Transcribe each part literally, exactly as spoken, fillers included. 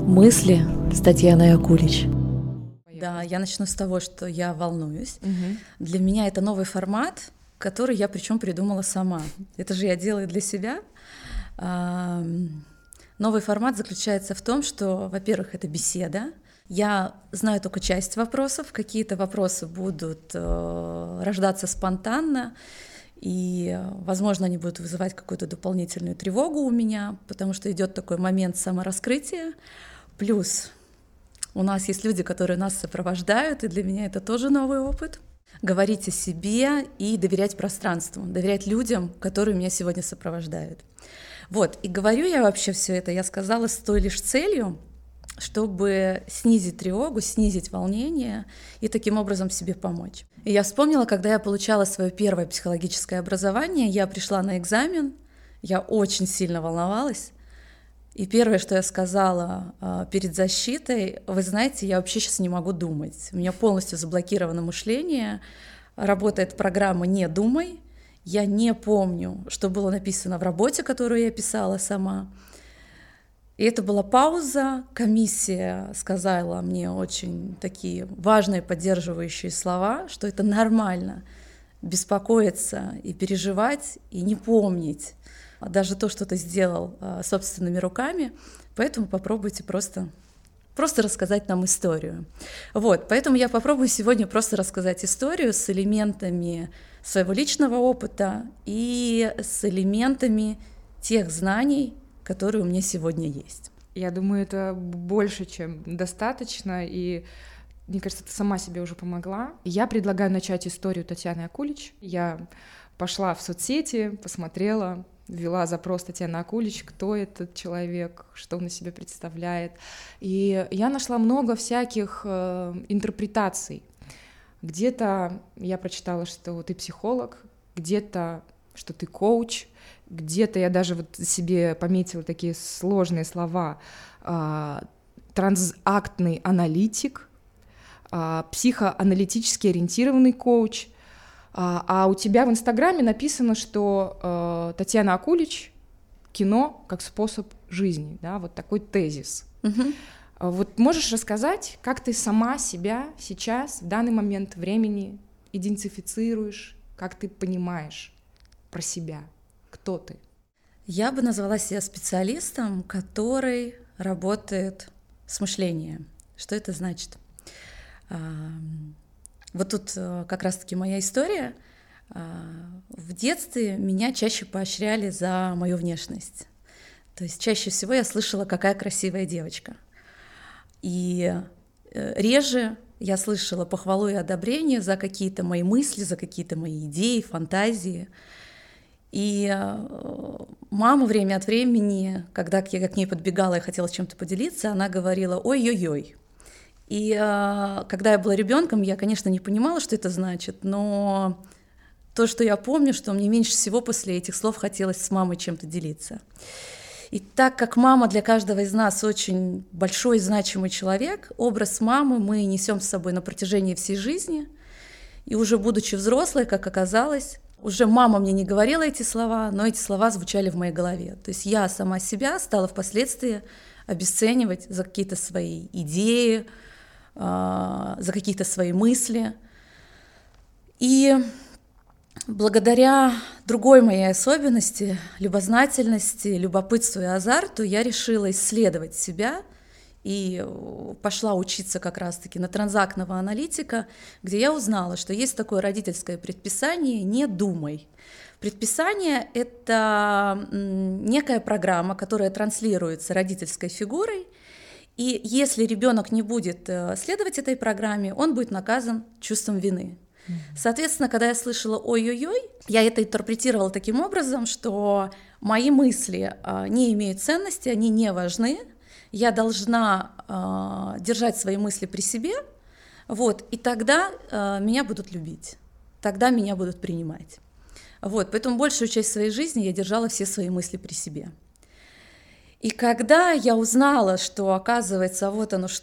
Мысли с Татьяной Акулич. Да, я начну с того, что я волнуюсь. Угу. Для меня это новый формат, который я причем придумала сама. Это же я делаю для себя. Новый формат заключается в том, что, во-первых, это беседа. Я знаю только часть вопросов, какие-то вопросы будут рождаться спонтанно, и, возможно, они будут вызывать какую-то дополнительную тревогу у меня, потому что идет такой момент самораскрытия. Плюс у нас есть люди, которые нас сопровождают, и для меня это тоже новый опыт. Говорить о себе и доверять пространству, доверять людям, которые меня сегодня сопровождают. Вот, и говорю я вообще все это, я сказала, с той лишь целью, чтобы снизить тревогу, снизить волнение и таким образом себе помочь. И я вспомнила, когда я получала свое первое психологическое образование, я пришла на экзамен, я очень сильно волновалась, и первое, что я сказала э, перед защитой: вы знаете, я вообще сейчас не могу думать, у меня полностью заблокировано мышление, работает программа «Не думай», я не помню, что было написано в работе, которую я писала сама. И это была пауза, комиссия сказала мне очень такие важные поддерживающие слова, что это нормально беспокоиться и переживать, и не помнить даже то, что ты сделал собственными руками, поэтому попробуйте просто, просто рассказать нам историю. Вот, поэтому я попробую сегодня просто рассказать историю с элементами своего личного опыта и с элементами тех знаний, которые у меня сегодня есть. Я думаю, это больше, чем достаточно, и мне кажется, ты сама себе уже помогла. Я предлагаю начать историю Татьяны Акулич. Я пошла в соцсети, посмотрела, ввела запрос Татьяна Акулич, кто этот человек, что он из себя представляет. И я нашла много всяких э, интерпретаций. Где-то я прочитала, что ты психолог, где-то, что ты коуч, где-то я даже вот себе пометила такие сложные слова: а, трансактный аналитик, а, психоаналитически ориентированный коуч. А, а у тебя в Инстаграме написано, что а, Татьяна Акулич — кино как способ жизни, да, вот такой тезис. Угу. А, вот можешь рассказать, как ты сама себя сейчас, в данный момент времени, идентифицируешь, как ты понимаешь про себя? Кто ты? Я бы назвала себя специалистом, который работает с мышлением. Что это значит? Вот тут как раз-таки моя история. В детстве меня чаще поощряли за мою внешность. То есть чаще всего я слышала: какая красивая девочка. И реже я слышала похвалу и одобрение за какие-то мои мысли, за какие-то мои идеи, фантазии. И мама время от времени, когда я к ней подбегала и хотела чем-то поделиться, она говорила: ой-ой-ой. И когда я была ребенком, я, конечно, не понимала, что это значит, но то, что я помню, что мне меньше всего после этих слов хотелось с мамой чем-то делиться. И так как мама для каждого из нас очень большой и значимый человек, образ мамы мы несем с собой на протяжении всей жизни. И уже будучи взрослой, как оказалось, уже мама мне не говорила эти слова, но эти слова звучали в моей голове. То есть я сама себя стала впоследствии обесценивать за какие-то свои идеи, за какие-то свои мысли. И благодаря другой моей особенности, любознательности, любопытству и азарту, я решила исследовать себя и пошла учиться как раз-таки на трансактного аналитика, где я узнала, что есть такое родительское предписание «не думай». Предписание — это некая программа, которая транслируется родительской фигурой, и если ребенок не будет следовать этой программе, он будет наказан чувством вины. Соответственно, когда я слышала «ой-ой-ой», я это интерпретировала таким образом, что мои мысли не имеют ценности, они не важны, я должна э, держать свои мысли при себе, вот, и тогда э, меня будут любить, тогда меня будут принимать. Вот, поэтому большую часть своей жизни я держала все свои мысли при себе. И когда я узнала, что, оказывается, вот оно что,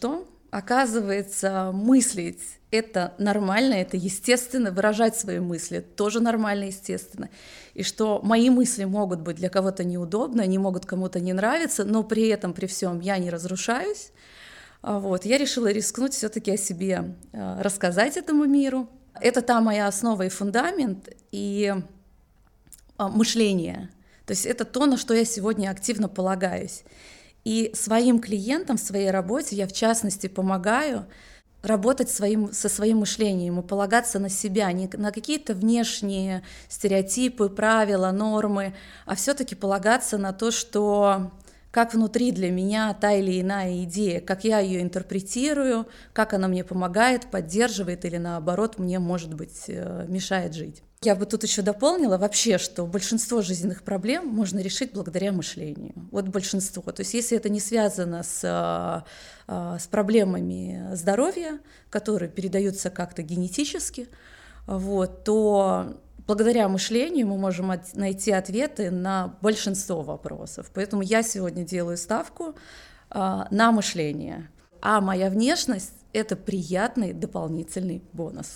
Оказывается, мыслить — это нормально, это естественно, выражать свои мысли тоже нормально, естественно, и что мои мысли могут быть для кого-то неудобны, они могут кому-то не нравиться, но при этом, при всем я не разрушаюсь. Вот. Я решила рискнуть все-таки о себе рассказать этому миру. Это та моя основа и фундамент, и мышление. То есть это то, на что я сегодня активно полагаюсь. И своим клиентам в своей работе я, в частности, помогаю работать своим, со своим мышлением и полагаться на себя, не на какие-то внешние стереотипы, правила, нормы, а все-таки полагаться на то, что как внутри для меня та или иная идея, как я ее интерпретирую, как она мне помогает, поддерживает или наоборот мне, может быть, мешает жить. Я бы тут еще дополнила вообще, что большинство жизненных проблем можно решить благодаря мышлению. Вот большинство. То есть если это не связано с, с проблемами здоровья, которые передаются как-то генетически, вот, то благодаря мышлению мы можем от, найти ответы на большинство вопросов. Поэтому я сегодня делаю ставку а, на мышление. А моя внешность — это приятный дополнительный бонус.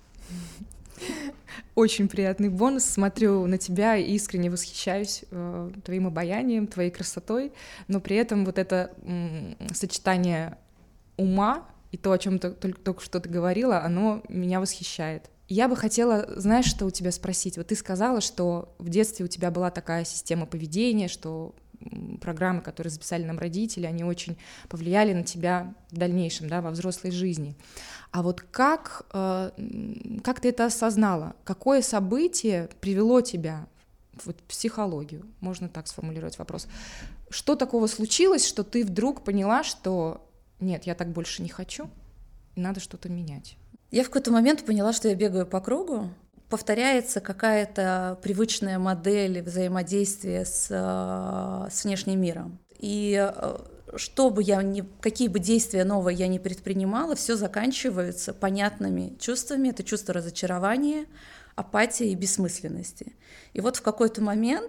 Очень приятный бонус. Смотрю на тебя и искренне восхищаюсь э, твоим обаянием, твоей красотой, но при этом вот это м- сочетание ума и то, о чем ты только, только что ты говорила, оно меня восхищает. Я бы хотела, знаешь, что у тебя спросить? Вот ты сказала, что в детстве у тебя была такая система поведения, что программы, которые записали нам родители, они очень повлияли на тебя в дальнейшем, да, во взрослой жизни. А вот как, э, как ты это осознала? Какое событие привело тебя в психологию? Можно так сформулировать вопрос. Что такого случилось, что ты вдруг поняла, что нет, я так больше не хочу, и надо что-то менять? Я в какой-то момент поняла, что я бегаю по кругу, повторяется какая-то привычная модель взаимодействия с, с внешним миром. И что бы я ни, какие бы действия новые я ни предпринимала, все заканчивается понятными чувствами. Это чувство разочарования, апатии и бессмысленности. И вот в какой-то момент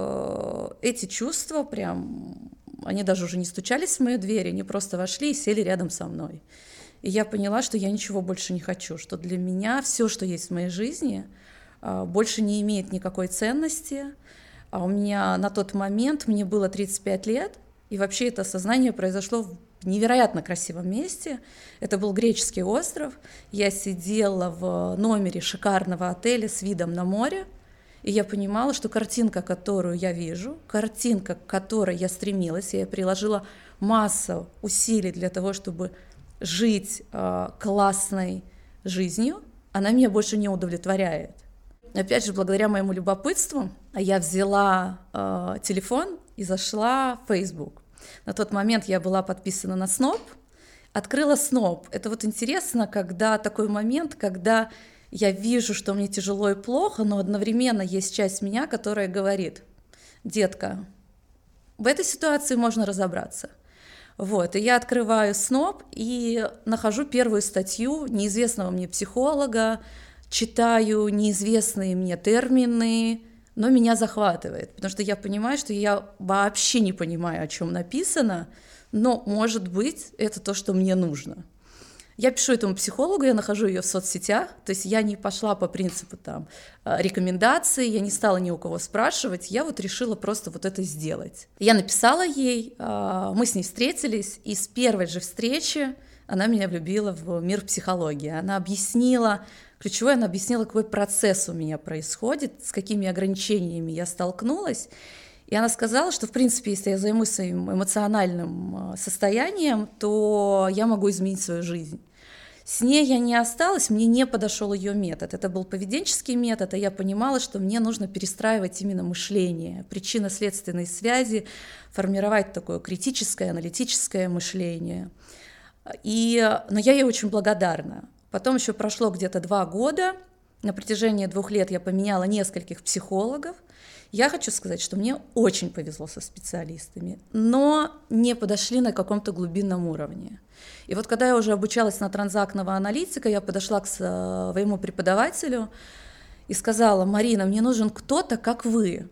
э, эти чувства прям, они даже уже не стучались в мою дверь, они просто вошли и сели рядом со мной. И я поняла, что я ничего больше не хочу, что для меня все, что есть в моей жизни, больше не имеет никакой ценности. А у меня на тот момент, мне было тридцать пять лет, и вообще это осознание произошло в невероятно красивом месте. Это был греческий остров. Я сидела в номере шикарного отеля с видом на море, и я понимала, что картинка, которую я вижу, картинка, к которой я стремилась, я приложила массу усилий для того, чтобы жить э, классной жизнью, она меня больше не удовлетворяет. Опять же, благодаря моему любопытству я взяла э, телефон и зашла в Facebook. На тот момент я была подписана на Сноб, открыла Сноб. Это вот интересно, когда такой момент, когда я вижу, что мне тяжело и плохо, но одновременно есть часть меня, которая говорит: детка, в этой ситуации можно разобраться. Вот, и я открываю Сноб и нахожу первую статью неизвестного мне психолога, читаю неизвестные мне термины, но меня захватывает, потому что я понимаю, что я вообще не понимаю, о чем написано, но, может быть, это то, что мне нужно. Я пишу этому психологу, я нахожу ее в соцсетях, то есть я не пошла по принципу там рекомендаций, я не стала ни у кого спрашивать, я вот решила просто вот это сделать. Я написала ей, мы с ней встретились, и с первой же встречи она меня влюбила в мир психологии. Она объяснила, ключевое, она объяснила, какой процесс у меня происходит, с какими ограничениями я столкнулась. И она сказала, что, в принципе, если я займусь своим эмоциональным состоянием, то я могу изменить свою жизнь. С ней я не осталась, мне не подошел ее метод. Это был поведенческий метод, а я понимала, что мне нужно перестраивать именно мышление, причинно-следственные связи, формировать такое критическое, аналитическое мышление. И, но я ей очень благодарна. Потом еще прошло где-то два года, на протяжении двух лет я поменяла нескольких психологов. Я хочу сказать, что мне очень повезло со специалистами, но не подошли на каком-то глубинном уровне. И вот когда я уже обучалась на транзактного аналитика, я подошла к своему преподавателю и сказала: Марина, мне нужен кто-то, как вы.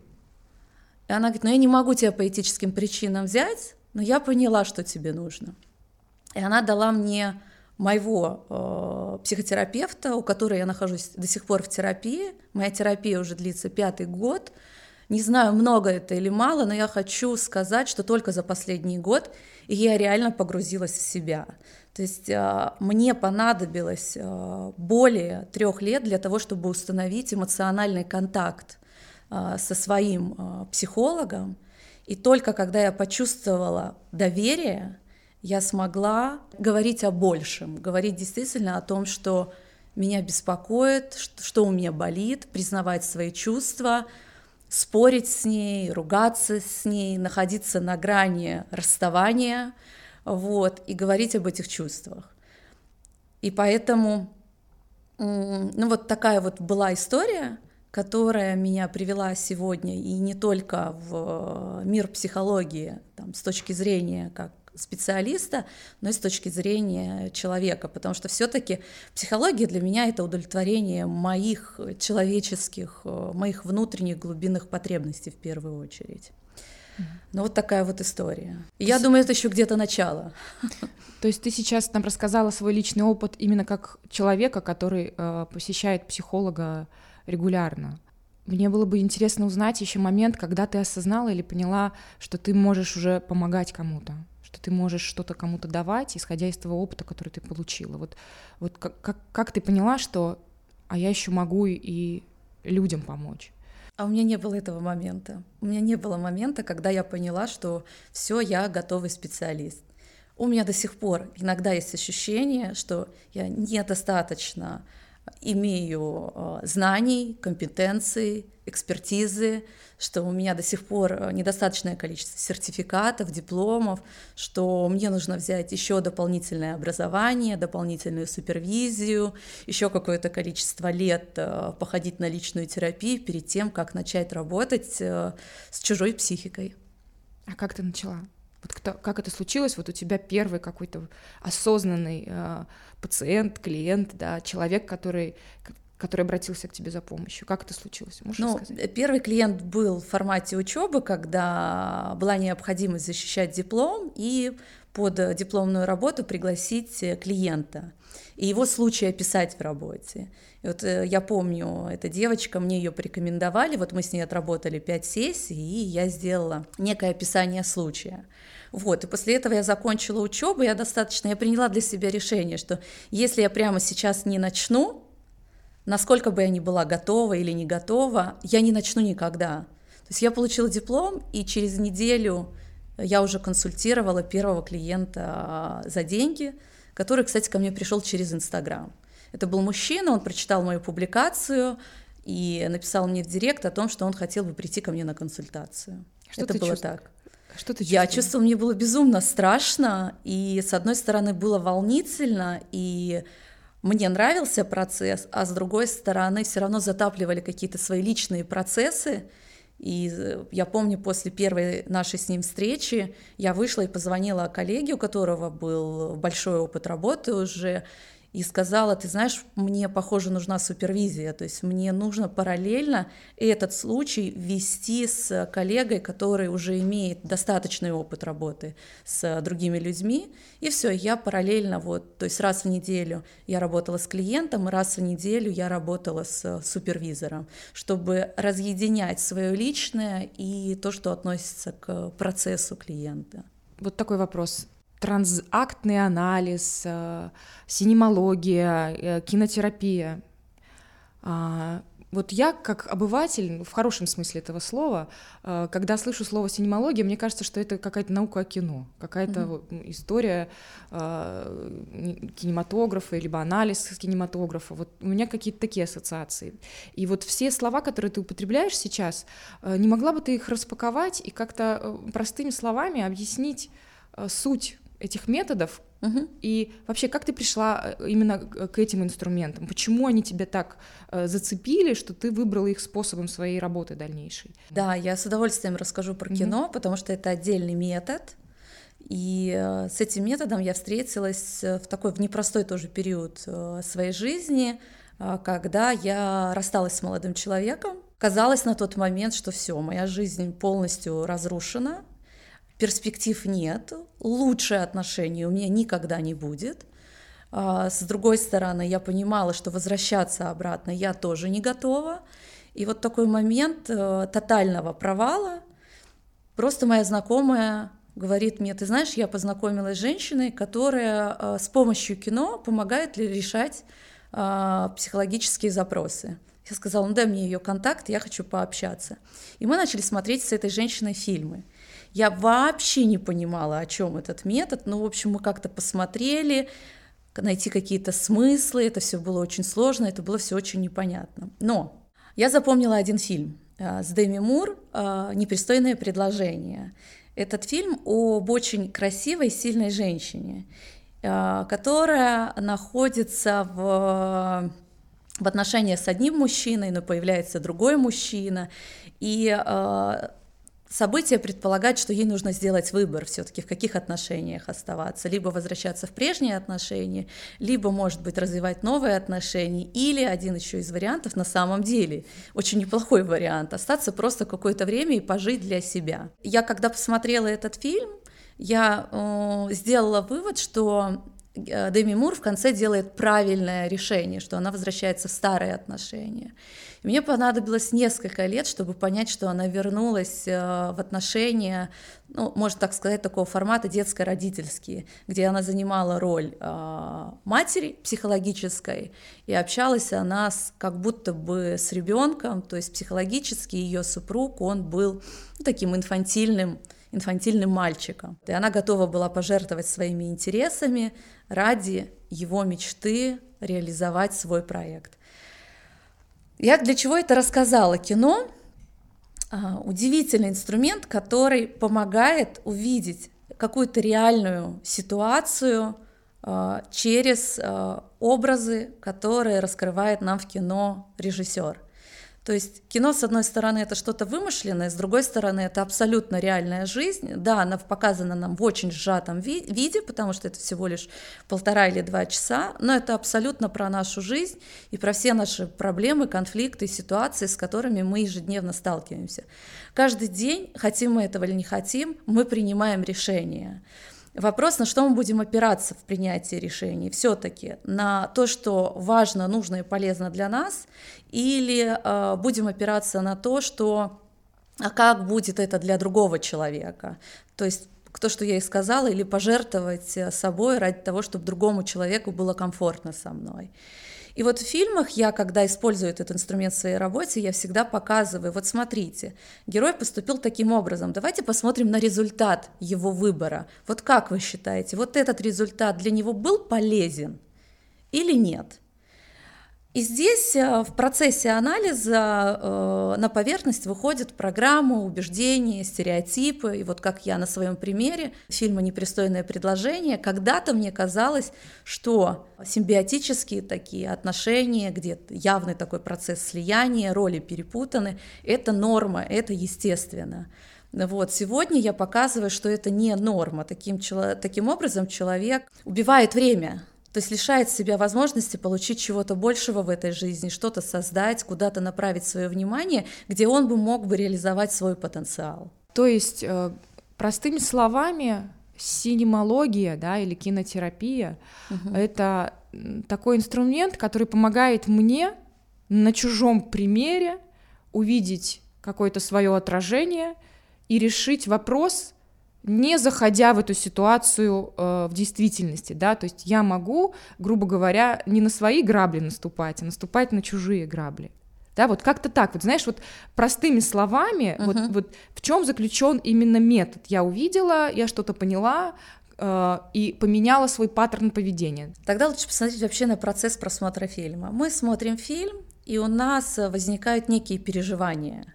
И она говорит: ну я не могу тебя по этическим причинам взять, но я поняла, что тебе нужно. И она дала мне моего э, психотерапевта, у которой я нахожусь до сих пор в терапии. Моя терапия уже длится пятый год. Не знаю, много это или мало, но я хочу сказать, что только за последний год я реально погрузилась в себя. То есть э, мне понадобилось э, более трех лет для того, чтобы установить эмоциональный контакт э, со своим э, психологом. И только когда я почувствовала доверие, я смогла говорить о большем, говорить действительно о том, что меня беспокоит, что у меня болит, признавать свои чувства, спорить с ней, ругаться с ней, находиться на грани расставания, вот, и говорить об этих чувствах. И поэтому, ну вот такая вот была история, которая меня привела сегодня и не только в мир психологии, там, с точки зрения как специалиста, но и с точки зрения человека, потому что все-таки психология для меня это удовлетворение моих человеческих, моих внутренних глубинных потребностей в первую очередь. Ну вот такая вот история. И я думаю, это еще где-то начало. То есть ты сейчас нам рассказала свой личный опыт именно как человека, который э, посещает психолога регулярно. Мне было бы интересно узнать еще момент, когда ты осознала или поняла, что ты можешь уже помогать кому-то, что ты можешь что-то кому-то давать, исходя из того опыта, который ты получила. Вот, вот как, как, как ты поняла, что а я еще могу и людям помочь? А у меня не было этого момента. У меня не было момента, когда я поняла, что все, я готовый специалист. У меня до сих пор иногда есть ощущение, что я недостаточно имею знаний, компетенций, экспертизы, что у меня до сих пор недостаточное количество сертификатов, дипломов, что мне нужно взять еще дополнительное образование, дополнительную супервизию, еще какое-то количество лет походить на личную терапию перед тем, как начать работать с чужой психикой. А как ты начала? Вот кто, как это случилось? Вот у тебя первый какой-то осознанный э, пациент, клиент, да, человек, который, который обратился к тебе за помощью. Как это случилось? Можешь ну, рассказать? Первый клиент был в формате учебы, когда была необходимость защищать диплом и под дипломную работу пригласить клиента и его случай описать в работе. И вот я помню, эта девочка, мне ее порекомендовали, вот мы с ней отработали пять сессий, и я сделала некое описание случая. Вот, и после этого я закончила учебу, я достаточно, я приняла для себя решение, что если я прямо сейчас не начну, насколько бы я ни была готова или не готова, я не начну никогда. То есть я получила диплом, и через неделю я уже консультировала первого клиента за деньги, который, кстати, ко мне пришел через Инстаграм. Это был мужчина, он прочитал мою публикацию и написал мне в директ о том, что он хотел бы прийти ко мне на консультацию. Что это было чувств... так. Что ты Я чувствовала, мне было безумно страшно, и с одной стороны было волнительно, и мне нравился процесс, а с другой стороны все равно затапливали какие-то свои личные процессы. И я помню, после первой нашей с ним встречи я вышла и позвонила коллеге, у которого был большой опыт работы уже, и сказала: ты знаешь, мне, похоже, нужна супервизия, то есть мне нужно параллельно этот случай вести с коллегой, который уже имеет достаточный опыт работы с другими людьми, и все, я параллельно, вот, то есть раз в неделю я работала с клиентом, и раз в неделю я работала с супервизором, чтобы разъединять свое личное и то, что относится к процессу клиента. Вот такой вопрос. Трансактный анализ, э, синемология, э, кинотерапия. А, вот я, как обыватель, в хорошем смысле этого слова, э, когда слышу слово синемология, мне кажется, что это какая-то наука о кино, какая-то mm-hmm. история э, кинематографа, либо анализ кинематографа. Вот у меня какие-то такие ассоциации. И вот все слова, которые ты употребляешь сейчас, э, не могла бы ты их распаковать и как-то э, простыми словами объяснить э, суть этих методов, угу. И вообще, как ты пришла именно к этим инструментам? Почему они тебя так э, зацепили, что ты выбрала их способом своей работы дальнейшей? Да, я с удовольствием расскажу про кино, угу. потому что это отдельный метод, и э, с этим методом я встретилась в такой в непростой тоже период э, своей жизни, э, когда я рассталась с молодым человеком. Казалось на тот момент, что все, моя жизнь полностью разрушена. перспектив нет, лучшие отношения у меня никогда не будет. С другой стороны, я понимала, что возвращаться обратно я тоже не готова. И вот такой момент тотального провала, просто моя знакомая говорит мне: ты знаешь, я познакомилась с женщиной, которая с помощью кино помогает решать психологические запросы. Я сказала: ну дай мне ее контакт, я хочу пообщаться. И мы начали смотреть с этой женщиной фильмы. Я вообще не понимала, о чем этот метод, но, в общем, мы как-то посмотрели, найти какие-то смыслы, это все было очень сложно, это было все очень непонятно. Но я запомнила один фильм с Деми Мур «Непристойное предложение». Этот фильм об очень красивой, сильной женщине, которая находится в, в отношениях с одним мужчиной, но появляется другой мужчина, и события предполагают, что ей нужно сделать выбор все-таки, в каких отношениях оставаться. Либо возвращаться в прежние отношения, либо, может быть, развивать новые отношения, или один еще из вариантов, на самом деле, очень неплохой вариант, остаться просто какое-то время и пожить для себя. Я, когда посмотрела этот фильм, я э, сделала вывод, что Деми Мур в конце делает правильное решение, что она возвращается в старые отношения. И мне понадобилось несколько лет, чтобы понять, что она вернулась в отношения, ну, можно так сказать, такого формата детско-родительские, где она занимала роль матери психологической, и общалась она с, как будто бы с ребенком, то есть психологически ее супруг, он был ну, таким инфантильным, инфантильным мальчиком. И она готова была пожертвовать своими интересами ради его мечты реализовать свой проект. Я для чего это рассказала? Кино – удивительный инструмент, который помогает увидеть какую-то реальную ситуацию через образы, которые раскрывает нам в кино режиссер. То есть кино, с одной стороны, это что-то вымышленное, с другой стороны, это абсолютно реальная жизнь. Да, она показана нам в очень сжатом ви- виде, потому что это всего лишь полтора или два часа, но это абсолютно про нашу жизнь и про все наши проблемы, конфликты, ситуации, с которыми мы ежедневно сталкиваемся. Каждый день, хотим мы этого или не хотим, мы принимаем решения. Вопрос, на что мы будем опираться в принятии решений, все-таки на то, что важно, нужно и полезно для нас, или э, будем опираться на то, что, а как будет это для другого человека, то есть то, что я и сказала, или пожертвовать собой ради того, чтобы другому человеку было комфортно со мной. И вот в фильмах я, когда использую этот инструмент в своей работе, я всегда показываю, вот смотрите, герой поступил таким образом, давайте посмотрим на результат его выбора. Вот как вы считаете, вот этот результат для него был полезен или нет? И здесь в процессе анализа на поверхность выходят программы, убеждения, стереотипы. И вот как я на своем примере фильма «Непристойное предложение», когда-то мне казалось, что симбиотические такие отношения, где явный такой процесс слияния, роли перепутаны, это норма, это естественно. Вот. Сегодня я показываю, что это не норма. Таким, таким образом человек убивает время. То есть лишает себя возможности получить чего-то большего в этой жизни, что-то создать, куда-то направить свое внимание, где он бы мог бы реализовать свой потенциал. То есть, простыми словами, синемология, да, или кинотерапия угу. — это такой инструмент, который помогает мне на чужом примере увидеть какое-то свое отражение и решить вопрос, не заходя в эту ситуацию э, в действительности, да, то есть я могу, грубо говоря, не на свои грабли наступать, а наступать на чужие грабли, да, вот как-то так, вот знаешь, вот простыми словами, uh-huh. вот, вот в чем заключен именно метод, я увидела, я что-то поняла э, и поменяла свой паттерн поведения. Тогда лучше посмотреть вообще на процесс просмотра фильма. Мы смотрим фильм, и у нас возникают некие переживания.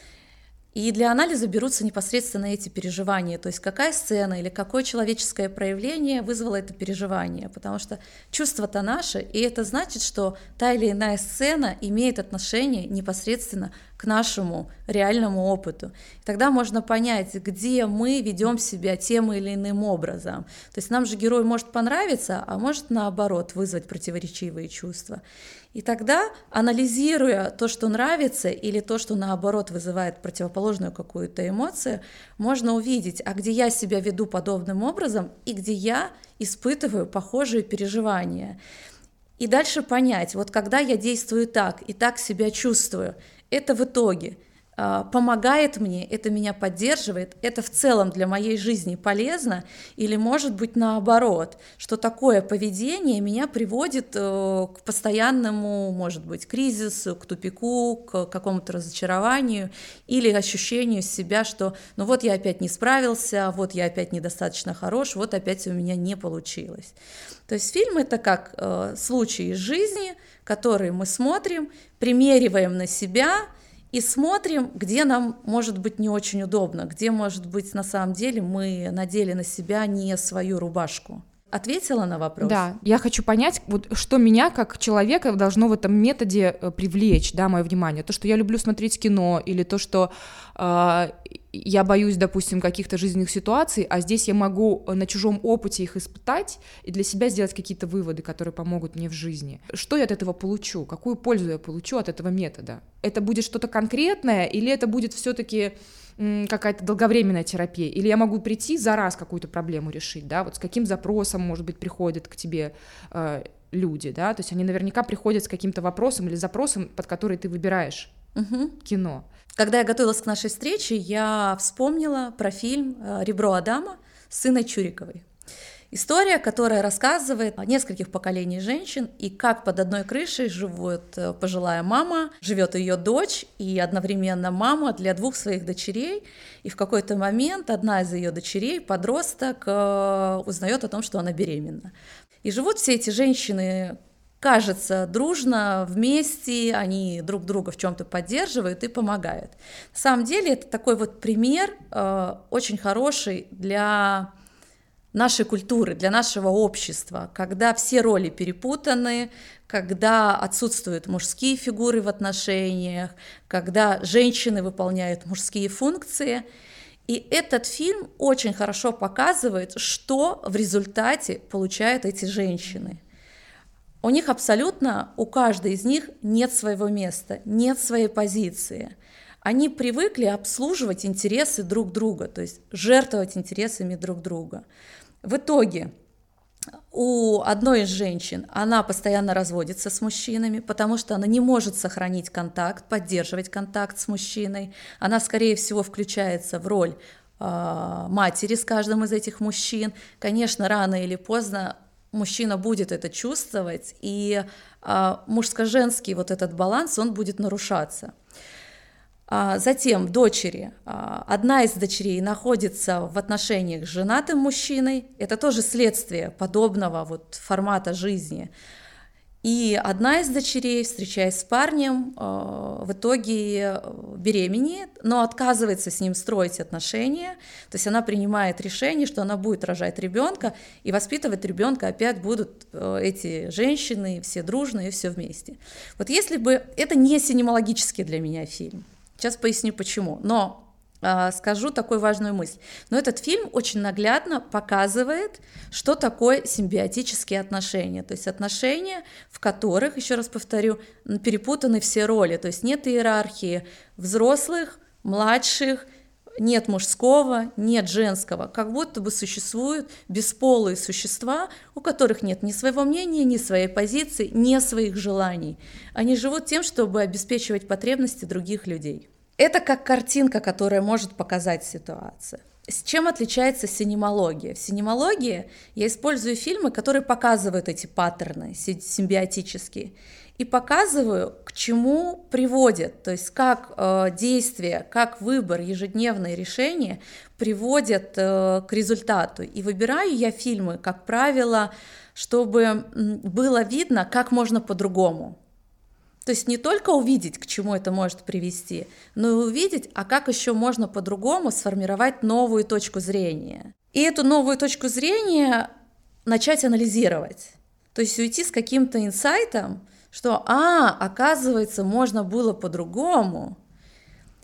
И для анализа берутся непосредственно эти переживания, то есть какая сцена или какое человеческое проявление вызвало это переживание, потому что чувство-то наше, и это значит, что та или иная сцена имеет отношение непосредственно к нашему реальному опыту. И тогда можно понять, где мы ведем себя тем или иным образом. То есть нам же герой может понравиться, а может наоборот вызвать противоречивые чувства. И тогда, анализируя то, что нравится, или то, что наоборот вызывает противоположную какую-то эмоцию, можно увидеть, а где я себя веду подобным образом, и где я испытываю похожие переживания. И дальше понять, вот когда я действую так и так себя чувствую, это в итоге э, помогает мне, это меня поддерживает, это в целом для моей жизни полезно, или может быть наоборот, что такое поведение меня приводит э, к постоянному, может быть, кризису, к тупику, к какому-то разочарованию или ощущению себя, что ну вот я опять не справился, вот я опять недостаточно хорош, вот опять у меня не получилось. То есть фильм — это как э, случай из жизни, который мы смотрим, примериваем на себя и смотрим, где нам может быть не очень удобно, где, может быть, на самом деле мы надели на себя не свою рубашку. Ответила на вопрос? Да, я хочу понять, вот что меня как человека должно в этом методе привлечь, да, мое внимание. То, что я люблю смотреть кино, или то, что э, я боюсь, допустим, каких-то жизненных ситуаций, а здесь я могу на чужом опыте их испытать и для себя сделать какие-то выводы, которые помогут мне в жизни. Что я от этого получу? Какую пользу я получу от этого метода? Это будет что-то конкретное, или это будет все-таки какая-то долговременная терапия, или я могу прийти за раз какую-то проблему решить, да, вот с каким запросом, может быть, приходят к тебе э, люди, да, то есть они наверняка приходят с каким-то вопросом или запросом, под который ты выбираешь угу. кино. Когда я готовилась к нашей встрече, я вспомнила про фильм «Ребро Адама» с Инной Чуриковой. История, которая рассказывает о нескольких поколениях женщин и как под одной крышей живет пожилая мама, живет ее дочь и одновременно мама для двух своих дочерей. И в какой-то момент одна из ее дочерей, подросток, узнает о том, что она беременна. И живут все эти женщины, кажется, дружно, вместе, они друг друга в чем-то поддерживают и помогают. На самом деле это такой вот пример э, очень хороший для нашей культуры, для нашего общества, когда все роли перепутаны, когда отсутствуют мужские фигуры в отношениях, когда женщины выполняют мужские функции. И этот фильм очень хорошо показывает, что в результате получают эти женщины. У них абсолютно, у каждой из них нет своего места, нет своей позиции. Они привыкли обслуживать интересы друг друга, то есть жертвовать интересами друг друга. В итоге у одной из женщин она постоянно разводится с мужчинами, потому что она не может сохранить контакт, поддерживать контакт с мужчиной. Она, скорее всего, включается в роль э, матери с каждым из этих мужчин. Конечно, рано или поздно мужчина будет это чувствовать, и э, мужско-женский вот этот баланс, он будет нарушаться. Затем дочери. Одна из дочерей находится в отношениях с женатым мужчиной. Это тоже следствие подобного вот формата жизни. И одна из дочерей, встречаясь с парнем, в итоге беременеет, но отказывается с ним строить отношения. То есть она принимает решение, что она будет рожать ребенка, и воспитывать ребенка опять будут эти женщины, все дружно и все вместе. Вот если бы... Это не синемологический для меня фильм. Сейчас поясню почему, но э, скажу такую важную мысль. Но этот фильм очень наглядно показывает, что такое симбиотические отношения, то есть отношения, в которых, еще раз повторю, перепутаны все роли, то есть нет иерархии взрослых, младших, нет мужского, нет женского, как будто бы существуют бесполые существа, у которых нет ни своего мнения, ни своей позиции, ни своих желаний. Они живут тем, чтобы обеспечивать потребности других людей. Это как картинка, которая может показать ситуацию. С чем отличается синемология? В синемологии я использую фильмы, которые показывают эти паттерны симбиотические, и показываю, к чему приводят, то есть как э, действия, как выбор, ежедневные решения приводят э, к результату. И выбираю я фильмы, как правило, чтобы было видно, как можно по-другому. То есть не только увидеть, к чему это может привести, но и увидеть, а как еще можно по-другому сформировать новую точку зрения. И эту новую точку зрения начать анализировать. То есть уйти с каким-то инсайтом, что, а, оказывается, можно было по-другому,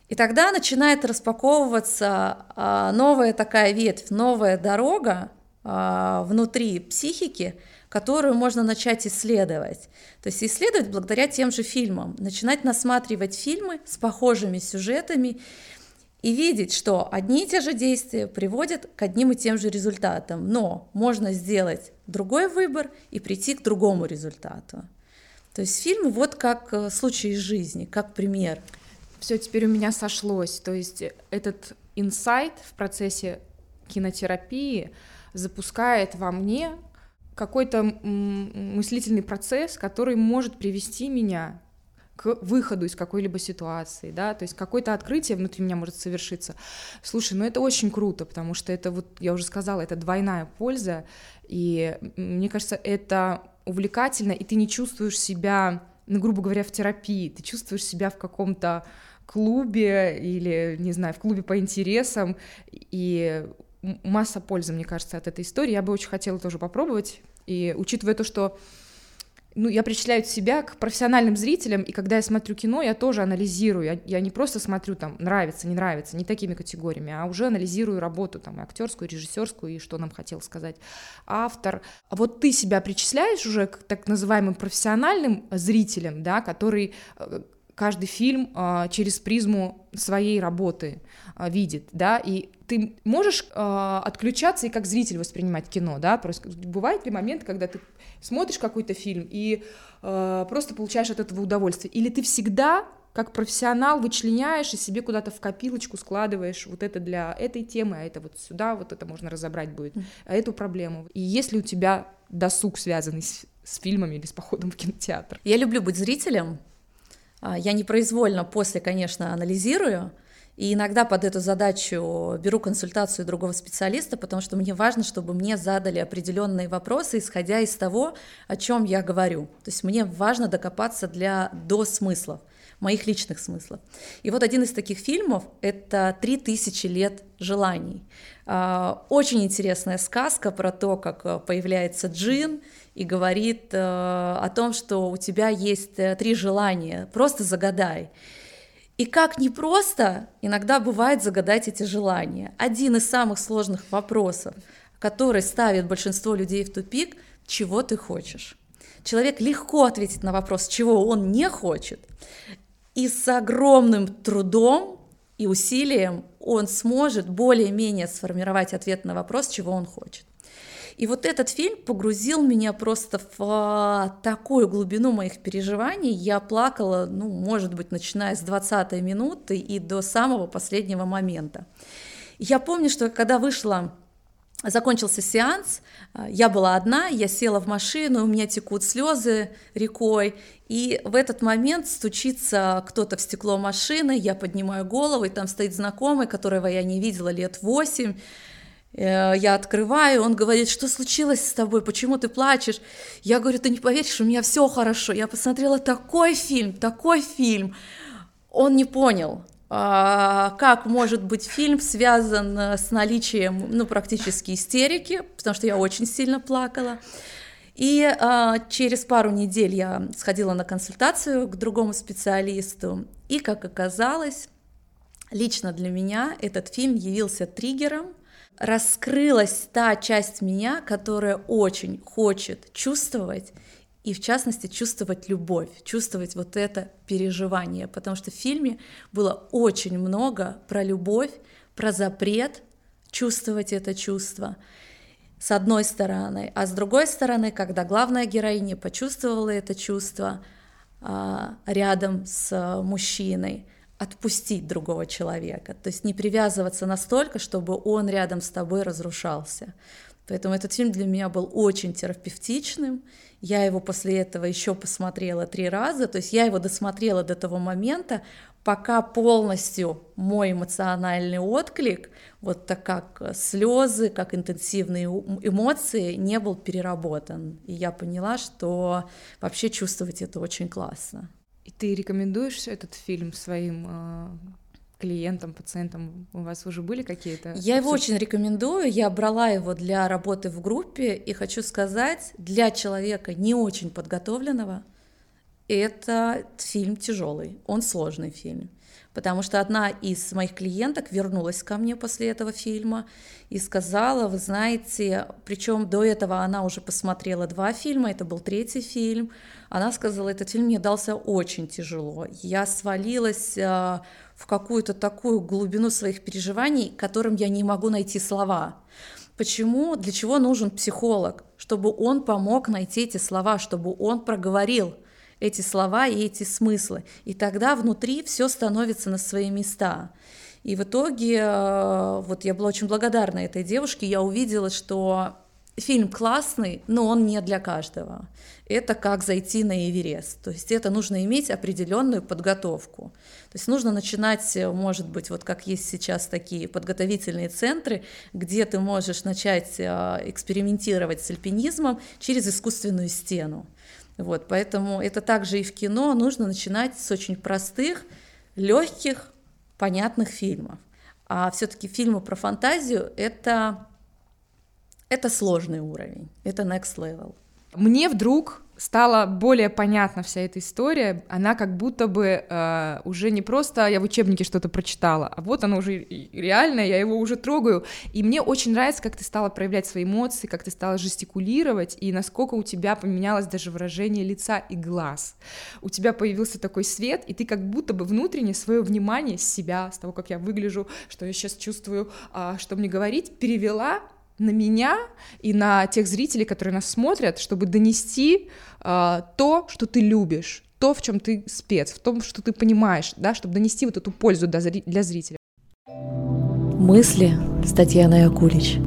И тогда начинает распаковываться а, новая такая ветвь, новая дорога а, внутри психики, которую можно начать исследовать. То есть исследовать благодаря тем же фильмам, начинать насматривать фильмы с похожими сюжетами и видеть, что одни и те же действия приводят к одним и тем же результатам, но можно сделать другой выбор и прийти к другому результату. То есть фильм вот как случай из жизни, как пример. Все теперь у меня сошлось. То есть этот инсайт в процессе кинотерапии запускает во мне какой-то мыслительный процесс, который может привести меня к выходу из какой-либо ситуации, да, то есть какое-то открытие внутри меня может совершиться. Слушай, ну это очень круто, потому что это вот, я уже сказала, это двойная польза, и мне кажется, это увлекательно, и ты не чувствуешь себя, ну, грубо говоря, в терапии, ты чувствуешь себя в каком-то клубе или, не знаю, в клубе по интересам, и масса пользы, мне кажется, от этой истории. Я бы очень хотела тоже попробовать, и учитывая то, что ну, я причисляю себя к профессиональным зрителям, и когда я смотрю кино, я тоже анализирую, я, я не просто смотрю, там, нравится, не нравится, не такими категориями, а уже анализирую работу, там, и актерскую, и режиссерскую, и что нам хотел сказать автор. А вот ты себя причисляешь уже к так называемым профессиональным зрителям, да, который каждый фильм а, через призму своей работы а, видит, да, и ты можешь а, отключаться и как зритель воспринимать кино, да, просто бывает ли момент, когда ты смотришь какой-то фильм и а, просто получаешь от этого удовольствие, или ты всегда как профессионал вычленяешь и себе куда-то в копилочку складываешь вот это для этой темы, а это вот сюда, вот это можно разобрать будет, а эту проблему. И есть ли у тебя досуг, связанный с, с фильмами или с походом в кинотеатр? Я люблю быть зрителем. Я непроизвольно после, конечно, анализирую, и иногда под эту задачу беру консультацию другого специалиста, потому что мне важно, чтобы мне задали определенные вопросы, исходя из того, о чем я говорю. То есть мне важно докопаться для, до смыслов, моих личных смыслов. И вот один из таких фильмов — это «Три тысячи лет желаний». Очень интересная сказка про то, как появляется джин и говорит о том, что у тебя есть три желания, просто загадай. И как непросто иногда бывает загадать эти желания. Один из самых сложных вопросов, который ставит большинство людей в тупик: чего ты хочешь? Человек легко ответит на вопрос, чего он не хочет, и с огромным трудом и усилием он сможет более-менее сформировать ответ на вопрос, чего он хочет. И вот этот фильм погрузил меня просто в такую глубину моих переживаний. Я плакала, ну, может быть, начиная с двадцатой минуты и до самого последнего момента. Я помню, что когда вышла, закончился сеанс, я была одна, я села в машину, у меня текут слезы рекой, и в этот момент стучится кто-то в стекло машины, я поднимаю голову, и там стоит знакомый, которого я не видела лет восемь. Я открываю, он говорит: что случилось с тобой, почему ты плачешь? Я говорю: ты не поверишь, у меня все хорошо, я посмотрела такой фильм, такой фильм. Он не понял, как может быть фильм связан с наличием, ну, практически истерики, потому что я очень сильно плакала. И а, через пару недель я сходила на консультацию к другому специалисту, и, как оказалось, лично для меня этот фильм явился триггером. Раскрылась та часть меня, которая очень хочет чувствовать, и в частности чувствовать любовь, чувствовать вот это переживание, потому что в фильме было очень много про любовь, про запрет чувствовать это чувство, с одной стороны, а с другой стороны, когда главная героиня почувствовала это чувство а, рядом с мужчиной, отпустить другого человека, то есть не привязываться настолько, чтобы он рядом с тобой разрушался. Поэтому этот фильм для меня был очень терапевтичным. Я его после этого еще посмотрела три раза, то есть я его досмотрела до того момента, пока полностью мой эмоциональный отклик, вот так как слезы, как интенсивные эмоции, не был переработан. И я поняла, что вообще чувствовать это очень классно. И ты рекомендуешь этот фильм своим э, клиентам, пациентам? У вас уже были какие-то? Я его очень рекомендую. Я брала его для работы в группе, и хочу сказать, для человека не очень подготовленного, это фильм тяжелый, он сложный фильм. Потому что одна из моих клиенток вернулась ко мне после этого фильма и сказала, вы знаете, причем до этого она уже посмотрела два фильма, это был третий фильм, она сказала, этот фильм мне дался очень тяжело, я свалилась в какую-то такую глубину своих переживаний, которым я не могу найти слова. Почему, для чего нужен психолог? Чтобы он помог найти эти слова, чтобы он проговорил эти слова и эти смыслы. И тогда внутри все становится на свои места. И в итоге, вот я была очень благодарна этой девушке, я увидела, что фильм классный, но он не для каждого. Это как зайти на Эверест. То есть это нужно иметь определенную подготовку. То есть нужно начинать, может быть, вот как есть сейчас такие подготовительные центры, где ты можешь начать экспериментировать с альпинизмом через искусственную стену. Вот, поэтому это также и в кино нужно начинать с очень простых, легких, понятных фильмов. А все-таки фильмы про фантазию это, это сложный уровень, это next level. Мне вдруг стала более понятна вся эта история, она как будто бы э, уже не просто я в учебнике что-то прочитала, а вот она уже реальная, я его уже трогаю, и мне очень нравится, как ты стала проявлять свои эмоции, как ты стала жестикулировать, и насколько у тебя поменялось даже выражение лица и глаз, у тебя появился такой свет, и ты как будто бы внутренне свое внимание с себя, с того, как я выгляжу, что я сейчас чувствую, э, что мне говорить, перевела на меня и на тех зрителей, которые нас смотрят, чтобы донести э, то, что ты любишь, то, в чем ты спец, в том, что ты понимаешь, да, чтобы донести вот эту пользу для зрителя. Мысли с Татьяной Акулич.